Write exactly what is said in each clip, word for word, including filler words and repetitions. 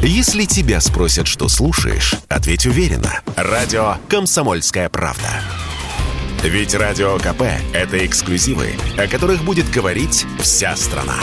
Если тебя спросят, что слушаешь, ответь уверенно. Радио «Комсомольская правда». Ведь Радио КП – это эксклюзивы, о которых будет говорить вся страна.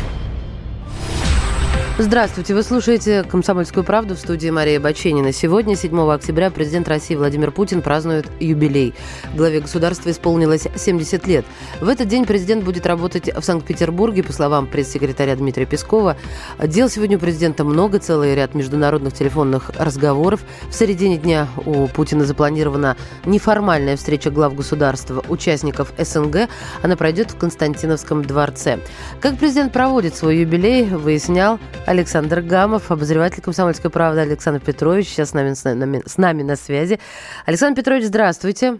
Здравствуйте, вы слушаете «Комсомольскую правду», в студии Мария Баченина. Сегодня, седьмого октября, президент России Владимир Путин празднует юбилей. Главе государства исполнилось семьдесят лет. В этот день президент будет работать в Санкт-Петербурге, по словам пресс-секретаря Дмитрия Пескова. Дел сегодня у президента много, целый ряд международных телефонных разговоров. В середине дня у Путина запланирована неформальная встреча глав государства, участников СНГ. Она пройдет в Константиновском дворце. Как президент проводит свой юбилей, выяснял Александр Гамов, обозреватель «Комсомольской правды» Александр Петрович, сейчас с нами, с нами, с нами на связи. Александр Петрович, здравствуйте.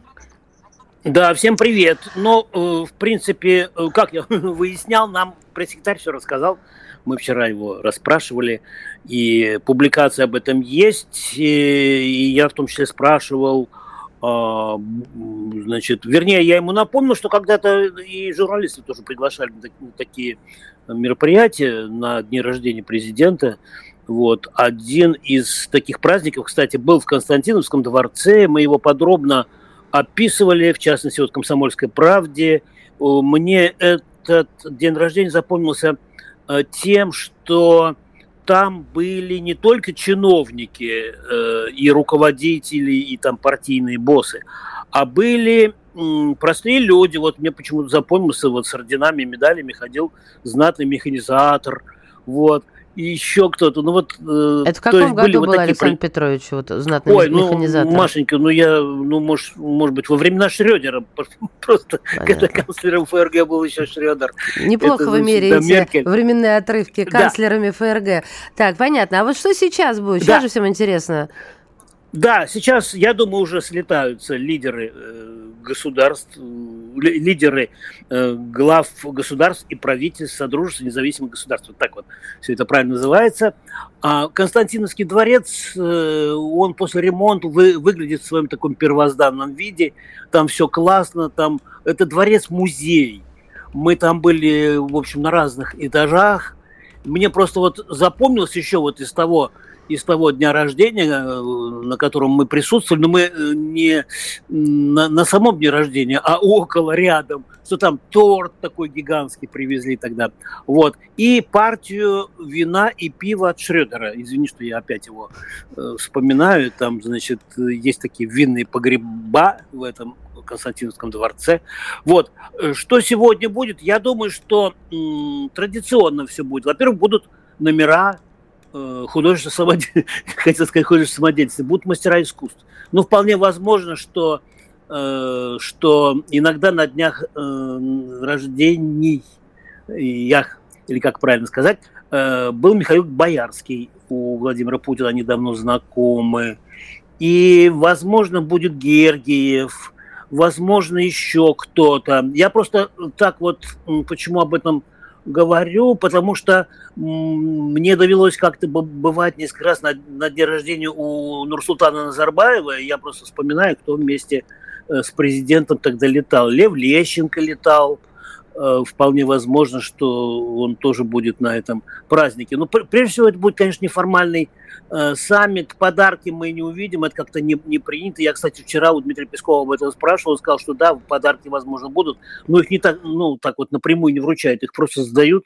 Да, всем привет. Ну, э, в принципе, э, как я выяснял, нам пресс-секретарь все рассказал. Мы вчера его расспрашивали, и публикация об этом есть. И я в том числе спрашивал, э, значит, вернее, я ему напомнил, что когда-то и журналисты тоже приглашали на такие мероприятия на дни рождения президента. Вот. Один из таких праздников, кстати, был в Константиновском дворце. Мы его подробно описывали, в частности, вот в «Комсомольской правде». Мне этот день рождения запомнился тем, что там были не только чиновники э, и руководители, и там партийные боссы, а были м, простые люди. Вот мне почему-то запомнился, вот с орденами и медалями ходил знатный механизатор, вот, и еще кто-то. Ну, вот, э, это в каком году был, вот Александр про... Петрович, вот, знатный Ой, механизатор? Ну, Машенька, ну я, ну, может, может быть, во времена Шрёдера, просто, понятно. Когда канцлером ФРГ был еще Шрёдер. Неплохо это, вы меряете да, временные отрывки канцлерами да. ФРГ. Так, понятно. А вот что сейчас будет? Сейчас да. же всем интересно. Да, сейчас, я думаю, уже слетаются лидеры э, государств, лидеры э, глав государств и правительств Содружества независимых государств. Вот так вот все это правильно называется. А Константиновский дворец, э, он после ремонта вы, выглядит в своем таком первозданном виде. Там все классно, там это дворец-музей. Мы там были, в общем, на разных этажах. Мне просто вот запомнилось еще вот из того... из того дня рождения, на котором мы присутствовали, но мы не на, на самом дне рождения, а около, рядом, что там торт такой гигантский привезли тогда. Вот. И партию вина и пива от Шрёдера. Извини, что я опять его э, вспоминаю. Там, значит, есть такие винные погреба в этом Константиновском дворце. Вот. Что сегодня будет? Я думаю, что м, традиционно все будет. Во-первых, будут номера художественной самодеятельности, хотел сказать, художественной самодеятельности, будут мастера искусств. Но вполне возможно, что, э, что иногда на днях э, рождений, я, или как правильно сказать, э, был Михаил Боярский у Владимира Путина, они давно знакомы. И, возможно, будет Гергиев, возможно, еще кто-то. Я просто так вот, почему об этом говорю, потому что мне довелось как-то бывать несколько раз на, на дне рождения у Нурсултана Назарбаева, и я просто вспоминаю, кто вместе с президентом тогда летал. Лев Лещенко летал, вполне возможно, что он тоже будет на этом празднике. Но прежде всего это будет, конечно, неформальный э, саммит, подарки мы не увидим, это как-то не, не принято. Я, кстати, вчера у Дмитрия Пескова об этом спрашивал, он сказал, что да, подарки, возможно, будут, но их не так, ну, так вот напрямую не вручают, их просто сдают.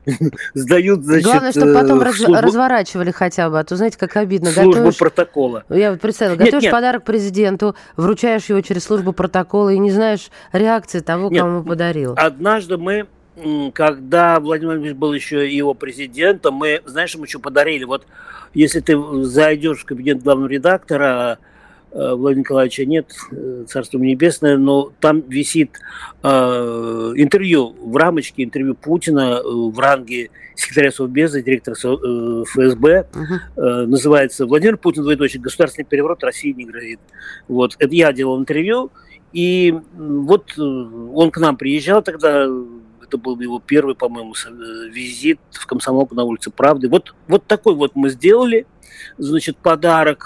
Сдают, значит, главное, чтобы потом раз, службу... разворачивали хотя бы, а то, знаете, как обидно. Службу готовишь... протокола. Я вот представила, нет, готовишь нет. подарок президенту, вручаешь его через службу протокола и не знаешь реакции того, нет. кому подарил. Однажды мы, когда Владимир Владимирович был еще его президентом, мы, знаешь, ему что подарили? Вот если ты зайдешь в кабинет главного редактора, Владимира Николаевича нет, царство небесное, но там висит э, интервью в рамочке, интервью Путина в ранге секретаря Совбеза, директора э, ФСБ. Uh-huh. Э, называется «Владимир Путин, двоеточие, государственный переворот России не грозит». Вот, это я делал интервью, и вот он к нам приезжал тогда, это был его первый, по-моему, визит в Комсомолку на улице Правды. Вот, вот такой вот мы сделали, значит, подарок.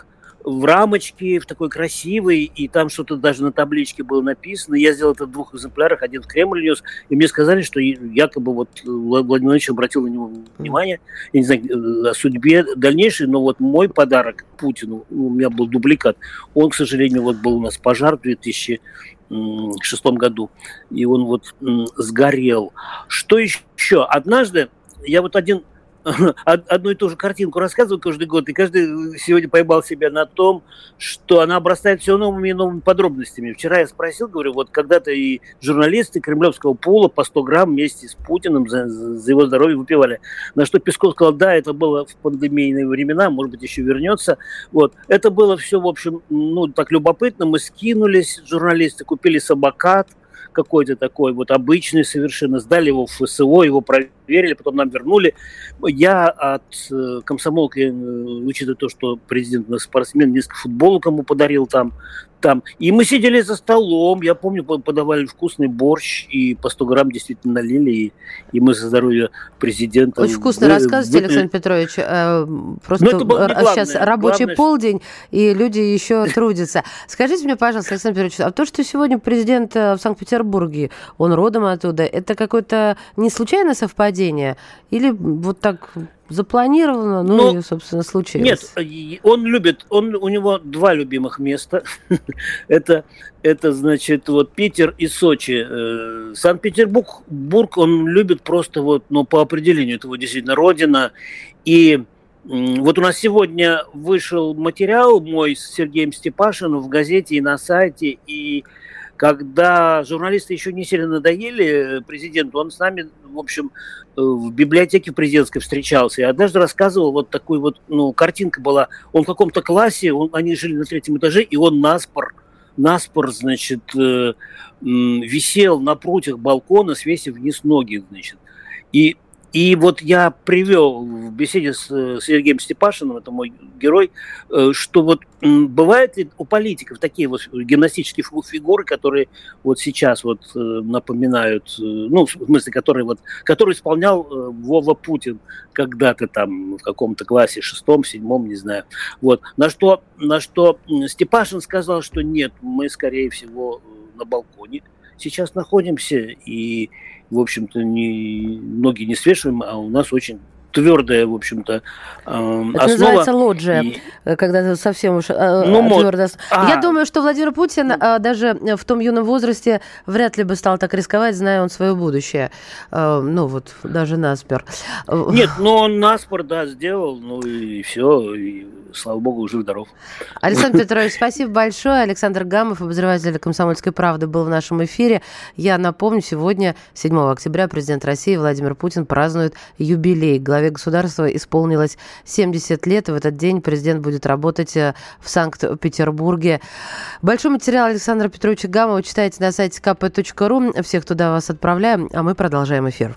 в рамочке, в такой красивой, и там что-то даже на табличке было написано. Я сделал это в двух экземплярах, один в Кремль нес, и мне сказали, что якобы вот Владимир Владимирович обратил на него внимание, я не знаю, о судьбе дальнейшей, но вот мой подарок Путину, у меня был дубликат, он, к сожалению, вот был у нас пожар в две тысячи шестом году, и он вот сгорел. Что еще? Однажды я вот один, одну и ту же картинку рассказываю каждый год, и каждый сегодня поймал себя на том, что она обрастает все новыми и новыми подробностями. Вчера я спросил, говорю, вот когда-то и журналисты кремлевского пула по сто грамм вместе с Путиным за, за его здоровье выпивали. На что Песков сказал, да, это было в пандемийные времена, может быть, еще вернется. Вот. Это было все, в общем, ну, так любопытно. Мы скинулись, журналисты, купили самокат, какой-то такой вот обычный совершенно, сдали его в ФСО, его проверили, потом нам вернули. Я от э, комсомолки, э, учитывая то, что президент у нас спортсмен, несколько футболок ему подарил там, там. И мы сидели за столом, я помню, подавали вкусный борщ, и по сто грамм действительно налили, и, и мы за здоровье президента. Очень вкусно вы, рассказываете, вы... Александр Петрович. Просто сейчас рабочий главное, полдень, и люди еще трудятся. Скажите мне, пожалуйста, Александр Петрович, а то, что сегодня президент в Санкт-Петербурге, он родом оттуда, это какое-то не случайное совпадение? Или вот так... запланировано, ну Но, и, собственно, случилось. Нет, он любит, он, у него два любимых места. это, это, значит, вот Питер и Сочи. Санкт-Петербург, Бург, он любит просто вот, ну, по определению, это его действительно родина. И вот у нас сегодня вышел материал мой с Сергеем Степашиным в газете и на сайте, и когда журналисты еще не сильно надоели президенту, он с нами, в общем, в библиотеке президентской встречался. И однажды рассказывал, вот такой вот, ну, картинка была. Он в каком-то классе, он, они жили на третьем этаже, и он наспор, наспор, значит, э, э, висел на прутьях балкона, свесив вниз ноги, значит. И И вот я привел в беседе с Сергеем Степашиным, это мой герой, что вот бывают ли у политиков такие вот гимнастические фигуры, которые вот сейчас вот напоминают, ну, в смысле, которые вот, которые исполнял Вова Путин когда-то там в каком-то классе, шестом, седьмом, не знаю. Вот. На что, на что Степашин сказал, что нет, мы, скорее всего, на балконе сейчас находимся, и в общем-то, не, ноги не свешиваем, а у нас очень твердая, в общем-то, э, основа. Это называется лоджия, и... когда совсем уж э, ну, твердо. А. Я думаю, что Владимир Путин э, даже в том юном возрасте вряд ли бы стал так рисковать, зная он свое будущее. Э, ну вот, даже наспор. Нет, но он наспор, да, сделал, ну и все, и слава богу, жив-здоров. Александр Петрович, спасибо большое. Александр Гамов, обозреватель «Комсомольской правды», был в нашем эфире. Я напомню, сегодня, седьмого октября, президент России Владимир Путин празднует юбилей. Главе государства исполнилось семьдесят лет, и в этот день президент будет работать в Санкт-Петербурге. Большой материал Александра Петровича Гамова читайте на сайте ка пэ точка ру. Всех туда вас отправляем, а мы продолжаем эфир.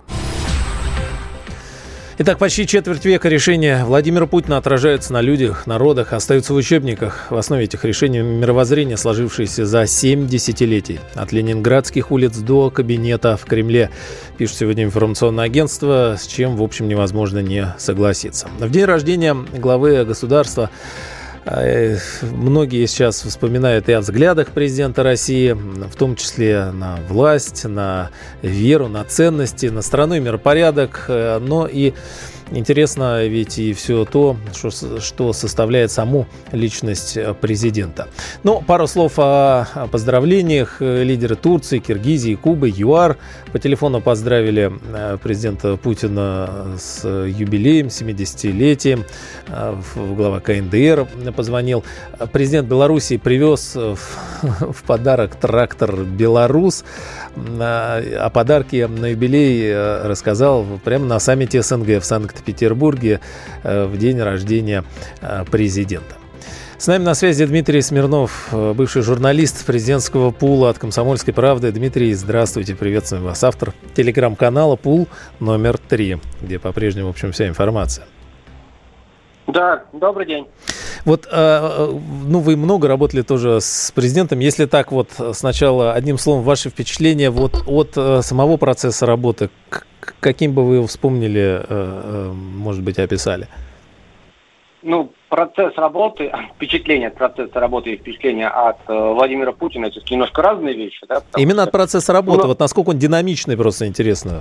Итак, почти четверть века решения Владимира Путина отражаются на людях, народах, остаются в учебниках. В основе этих решений мировоззрение, сложившееся за семь десятилетий. От ленинградских улиц до кабинета в Кремле, пишет сегодня информационное агентство, с чем, в общем, невозможно не согласиться. В день рождения главы государства многие сейчас вспоминают и о взглядах президента России, в том числе на власть, на веру, на ценности, на страну и миропорядок, но и интересно ведь и все то, что, что составляет саму личность президента. Ну, пару слов о, о поздравлениях. Лидеры Турции, Киргизии, Кубы, ЮАР по телефону поздравили президента Путина с юбилеем, семидесятилетием. Глава ка эн дэ эр позвонил. Президент Белоруссии привез в, в подарок трактор «Беларус». О подарке на юбилей рассказал прямо на саммите эс эн гэ в Санкт-Петербурге в день рождения президента. С нами на связи Дмитрий Смирнов, бывший журналист президентского пула от «Комсомольской правды». Дмитрий, здравствуйте, приветствуем вас. Автор телеграм-канала «Пул номер три», где по-прежнему, в общем, вся информация. Да, добрый день. Вот, ну, вы много работали тоже с президентом. Если так вот сначала одним словом, ваши впечатления вот от самого процесса работы, каким бы вы его вспомнили, может быть, описали? Ну, процесс работы, впечатление от процесса работы и впечатление от э, Владимира Путина, это немножко разные вещи. Да, Именно что... от процесса работы, ну... вот насколько он динамичный, просто интересно.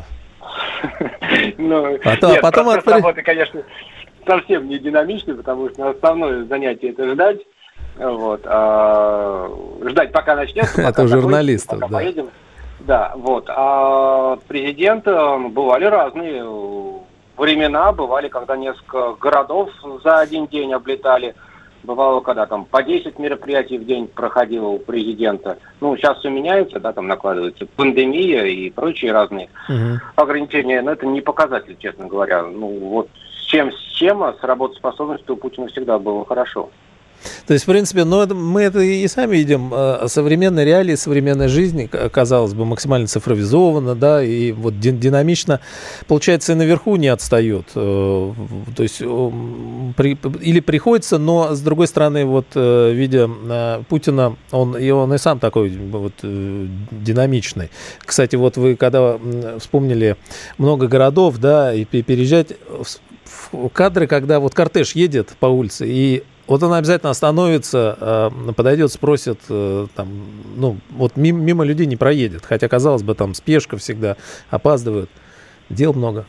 Ну, потом, нет, потом процесс от... работы, конечно, совсем не динамичный, потому что основное занятие это ждать. Вот, а, ждать, пока начнется. Это у журналистов, пока да. Поедем. Да, вот. А президента бывали разные времена, бывали, когда несколько городов за один день облетали. Бывало, когда там по десять мероприятий в день проходило у президента. Ну, сейчас все меняется, да, там накладывается пандемия и прочие разные угу. ограничения. Но это не показатель, честно говоря. Ну, вот с чем, с чем, а с работоспособностью у Путина всегда было хорошо. То есть, в принципе, ну, это, мы это и сами видим. Современные реалии, современной жизни, казалось бы, максимально цифровизовано, да, и вот динамично, получается, и наверху не отстает. То есть, при, или приходится, но, с другой стороны, вот, видя Путина, он и, он и сам такой вот динамичный. Кстати, вот вы, когда вспомнили много городов, да, и переезжать в кадры, когда вот кортеж едет по улице, и вот он обязательно остановится, подойдет, спросит, там, ну, вот мимо, мимо людей не проедет. Хотя, казалось бы, там спешка всегда, опаздывают. Дел много.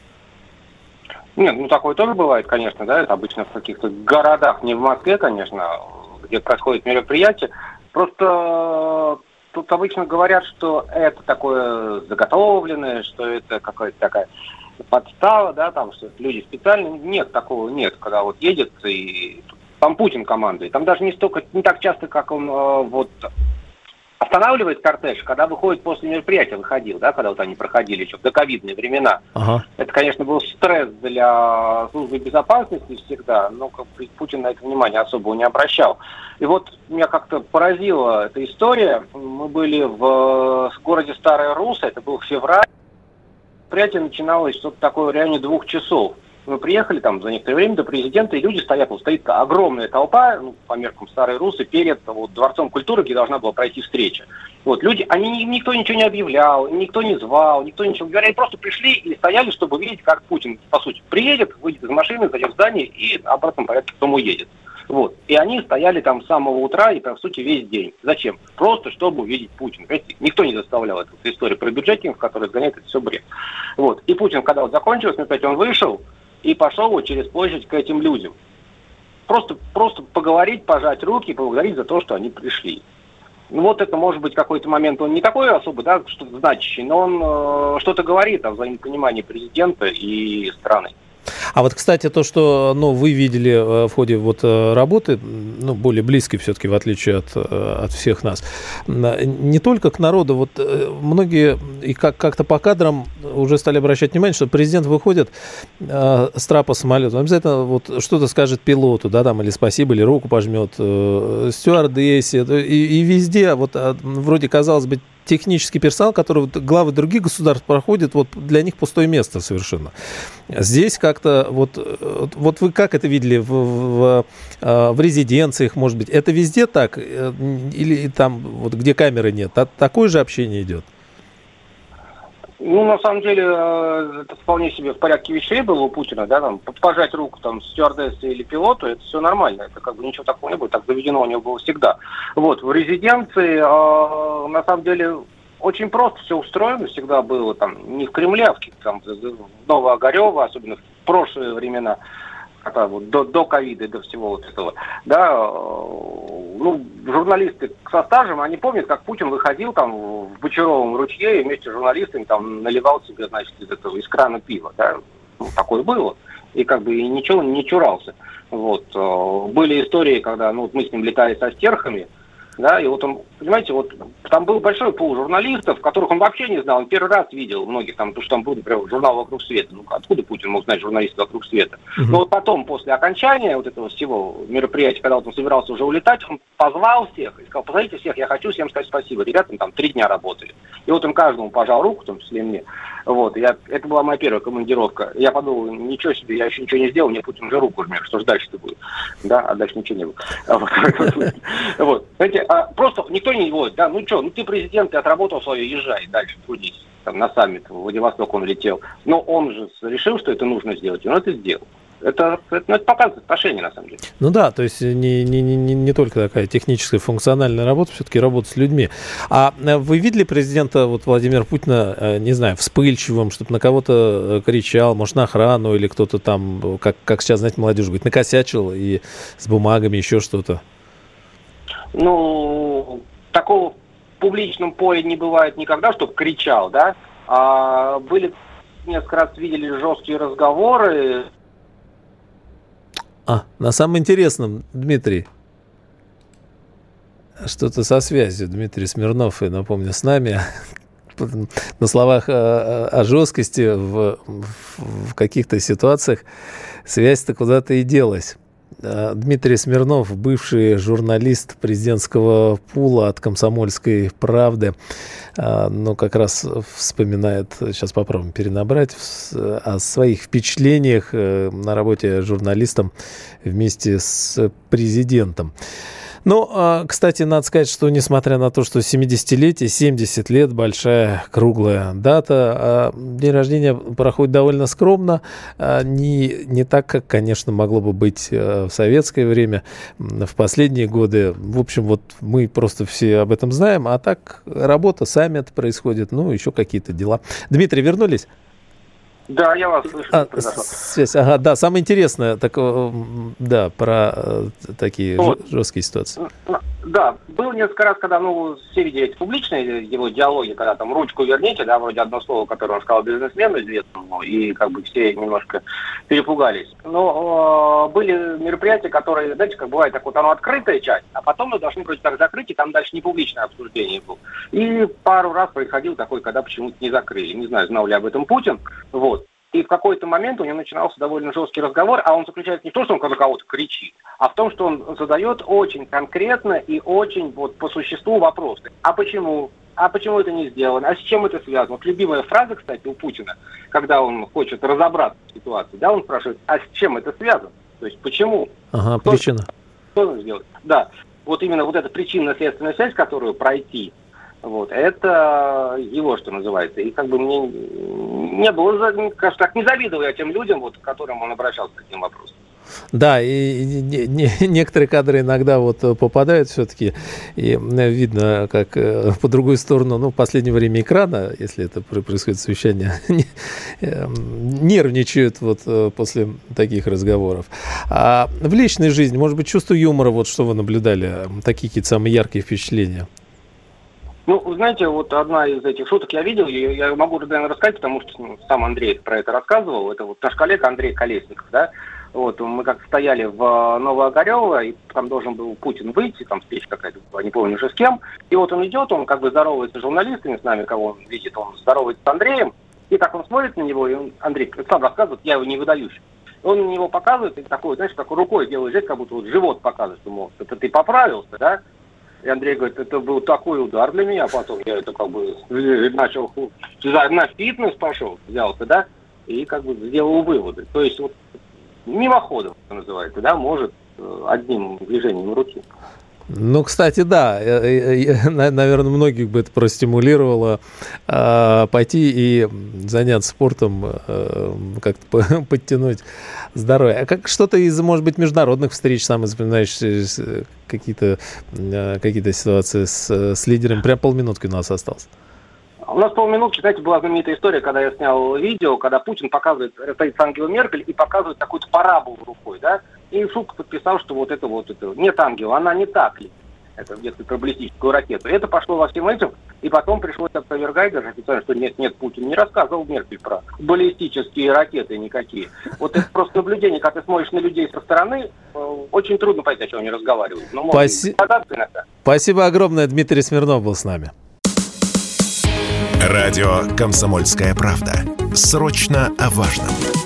Нет, ну такое тоже бывает, конечно, да, это обычно в каких-то городах, не в Москве, конечно, где происходит мероприятие. Просто тут обычно говорят, что это такое заготовленное, что это какая-то такая подстава, да, там, что люди специально. Нет, такого нет, когда вот едет и... Там Путин командует. Там даже не столько, не так часто, как он э, вот останавливает кортеж, когда выходит после мероприятия, выходил, да, когда вот они проходили еще в доковидные времена. Ага. Это, конечно, был стресс для службы безопасности всегда, но как бы Путин на это внимание особого не обращал. И вот меня как-то поразила эта история. Мы были в городе Старая Русса, это был февраль. Мероприятие начиналось что-то такое в районе двух часов. Мы приехали там за некоторое время до президента, и люди стоят, вот стоит огромная толпа, ну, по меркам Старой Руссы, перед вот, Дворцом культуры, где должна была пройти встреча. Вот, люди, они, никто ничего не объявлял, никто не звал, никто ничего не говорил, они просто пришли и стояли, чтобы увидеть, как Путин, по сути, приедет, выйдет из машины, зайдет в здание и в обратном порядке потом уедет. Вот. И они стояли там с самого утра и, по сути, весь день. Зачем? Просто, чтобы увидеть Путина. Понимаете? Никто не заставлял эту историю про бюджетников, которые сгоняют, это все бред. Вот. И Путин, когда вот закончилось, опять он вышел, и пошел вот через площадь к этим людям. Просто, просто поговорить, пожать руки, поблагодарить за то, что они пришли. Ну вот это может быть какой-то момент, он не такой особо, да, что-то значащий, но он э, что-то говорит о взаимопонимании президента и страны. А вот, кстати, то, что ну, вы видели в ходе вот работы, ну, более близкой все-таки, в отличие от, от всех нас, не только к народу, вот многие и как- как-то по кадрам уже стали обращать внимание, что президент выходит э, с трапа самолета, он обязательно вот что-то скажет пилоту, да, там, или спасибо, или руку пожмет, э, стюардессе, и, и везде, вот вроде, казалось бы, технический персонал, который вот, главы других государств проходит, вот для них пустое место совершенно. Здесь как-то, вот, вот вы как это видели в, в, в резиденциях, может быть, это везде так? Или там, вот где камеры нет, такое же общение идет? Ну, на самом деле, это вполне себе в порядке вещей было у Путина, да, там, пожать руку там стюардессе или пилоту, это все нормально, это как бы ничего такого не было, так заведено у него было всегда. Вот, в резиденции, э, на самом деле, очень просто все устроено, всегда было там, не в Кремле, а в, там, в Новоогарево, особенно в прошлые времена, когда, вот, до, до ковида, до всего вот этого, да, ну, журналисты со стажем, они помнят, как Путин выходил там в Бочаровом ручье и вместе с журналистами там наливал себе, значит, из этого, из крана пива, да, ну, такое было, и как бы и ничего не чурался, вот, были истории, когда, ну, вот мы с ним летали со стерхами, да, и вот он, понимаете, вот там был большой пул журналистов, которых он вообще не знал, он первый раз видел многих, там, потому что там был, например, журнал «Вокруг света», ну, откуда Путин мог знать журналистов «Вокруг света»? Uh-huh. Но вот потом, после окончания вот этого всего мероприятия, когда вот он собирался уже улетать, он позвал всех и сказал: позовите всех, я хочу всем сказать спасибо, ребята там три дня работали. И вот он каждому пожал руку, в том числе мне, вот, я, это была моя первая командировка, я подумал, ничего себе, я еще ничего не сделал, мне Путин уже руку жмет, что же дальше-то будет, да, а дальше ничего не было. Вот, знаете, а просто никто не вот, да, ну что, ну ты президент, ты отработал свое, езжай дальше, трудись, там, на саммит, в Владивосток он летел. Но он же решил, что это нужно сделать, и он это сделал. Это, это, это показывает отношения, на самом деле. Ну да, то есть не, не, не, не только такая техническая, функциональная работа, все-таки работа с людьми. А вы видели президента вот, Владимира Путина, не знаю, вспыльчивым, чтобы на кого-то кричал, может, на охрану или кто-то там, как, как сейчас, знаете, молодежь говорит, накосячил и с бумагами, еще что-то? Ну, такого в публичном поле не бывает никогда, чтобы кричал, да? А были, несколько раз видели жесткие разговоры. А, на самом интересном, Дмитрий, что-то со связью. Дмитрий Смирнов, я напомню, с нами. На словах о, о жесткости в, в каких-то ситуациях связь-то куда-то и делась. Дмитрий Смирнов, бывший журналист президентского пула от «Комсомольской правды», ну, как раз вспоминает, сейчас попробуем перенабрать, о своих впечатлениях на работе журналистом вместе с президентом. Ну, кстати, надо сказать, что несмотря на то, что семидесятилетие, семьдесят лет, большая круглая дата, день рождения проходит довольно скромно, не, не так, как, конечно, могло бы быть в советское время, в последние годы. В общем, вот мы просто все об этом знаем, а так работа, саммит происходит, ну, еще какие-то дела. Дмитрий, вернулись? Да, я вас слышу. А, связь, ага, да, самое интересное, так, да, про э, такие вот. жесткие ситуации. Да, было несколько раз, когда, ну, все видели эти публичные его диалоги, когда там ручку верните, да, вроде одно слово, которое он сказал бизнесмену известному, и как бы все немножко перепугались. Но э, были мероприятия, которые, знаете, как бывает, так вот оно открытая часть, а потом мы должны вроде так закрыть, и там дальше не публичное обсуждение было. И пару раз происходил такой, когда почему-то не закрыли. Не знаю, знал ли об этом Путин, вот. И в какой-то момент у него начинался довольно жесткий разговор, а он заключается не в том, что он на кого-то кричит, а в том, что он задает очень конкретно и очень вот по существу вопросы. А почему? А почему это не сделано? А с чем это связано? Вот любимая фраза, кстати, у Путина, когда он хочет разобраться в ситуации, да, он спрашивает, а с чем это связано? То есть почему? Ага, кто, причина. Что он сделает? Да, вот именно вот эта причинно-следственная связь, которую пройти, вот, это его, что называется. И как бы мне не было, скажем так, не завидую я тем людям, вот, к которым он обращался с таким вопросом. Да, и не, не, некоторые кадры иногда вот попадают все-таки, и видно, как по другую сторону, ну, в последнее время экрана, если это происходит совещание, нервничают вот после таких разговоров. А в личной жизни, может быть, чувство юмора, вот что вы наблюдали, такие какие-то самые яркие впечатления? Ну, знаете, вот одна из этих шуток я видел, я, я могу, наверное, рассказать, потому что ну, сам Андрей про это рассказывал. Это вот наш коллега Андрей Колесников, да. Вот, мы как стояли в Новоогарево, и там должен был Путин выйти, там встреча какая-то была, не помню уже с кем. И вот он идет, он как бы здоровается с журналистами, с нами, кого он видит, он здоровается с Андреем. И так он смотрит на него, и он, Андрей сам рассказывает, я его не выдаюсь. Он на него показывает, и такой, знаешь, такой рукой делает жест, как будто вот живот показывает, что, мол, это ты поправился, да? И Андрей говорит, это был такой удар для меня, потом я это как бы начал, на фитнес пошел, взялся, да, и как бы сделал выводы. То есть вот мимоходом, что называется, да, может одним движением руки. Ну, кстати, да, наверное, многих бы это простимулировало э, пойти и заняться спортом, э, как-то подтянуть здоровье. А как что-то из, может быть, международных встреч, самые запоминающиеся, какие-то, э, какие-то ситуации с, с лидером? Прям полминутки у нас осталось. У нас полминутки, знаете, была знаменитая история, когда я снял видео, когда Путин показывает, стоит с Ангелой Меркель и показывает какую-то параболу рукой, да, и Шутка подписал, что вот это вот, это нет ангела, она не так ли, это детскую про баллистическую ракету. Это пошло во всем этим, и потом пришлось опровергать даже официально, что нет, нет, Путин не рассказывал Меркель про баллистические ракеты никакие. Вот это просто наблюдение, когда ты смотришь на людей со стороны, очень трудно понять, о чем они разговаривают. Но можно Спаси... иногда. Спасибо огромное, Дмитрий Смирнов был с нами. Радио «Комсомольская правда». Срочно о важном.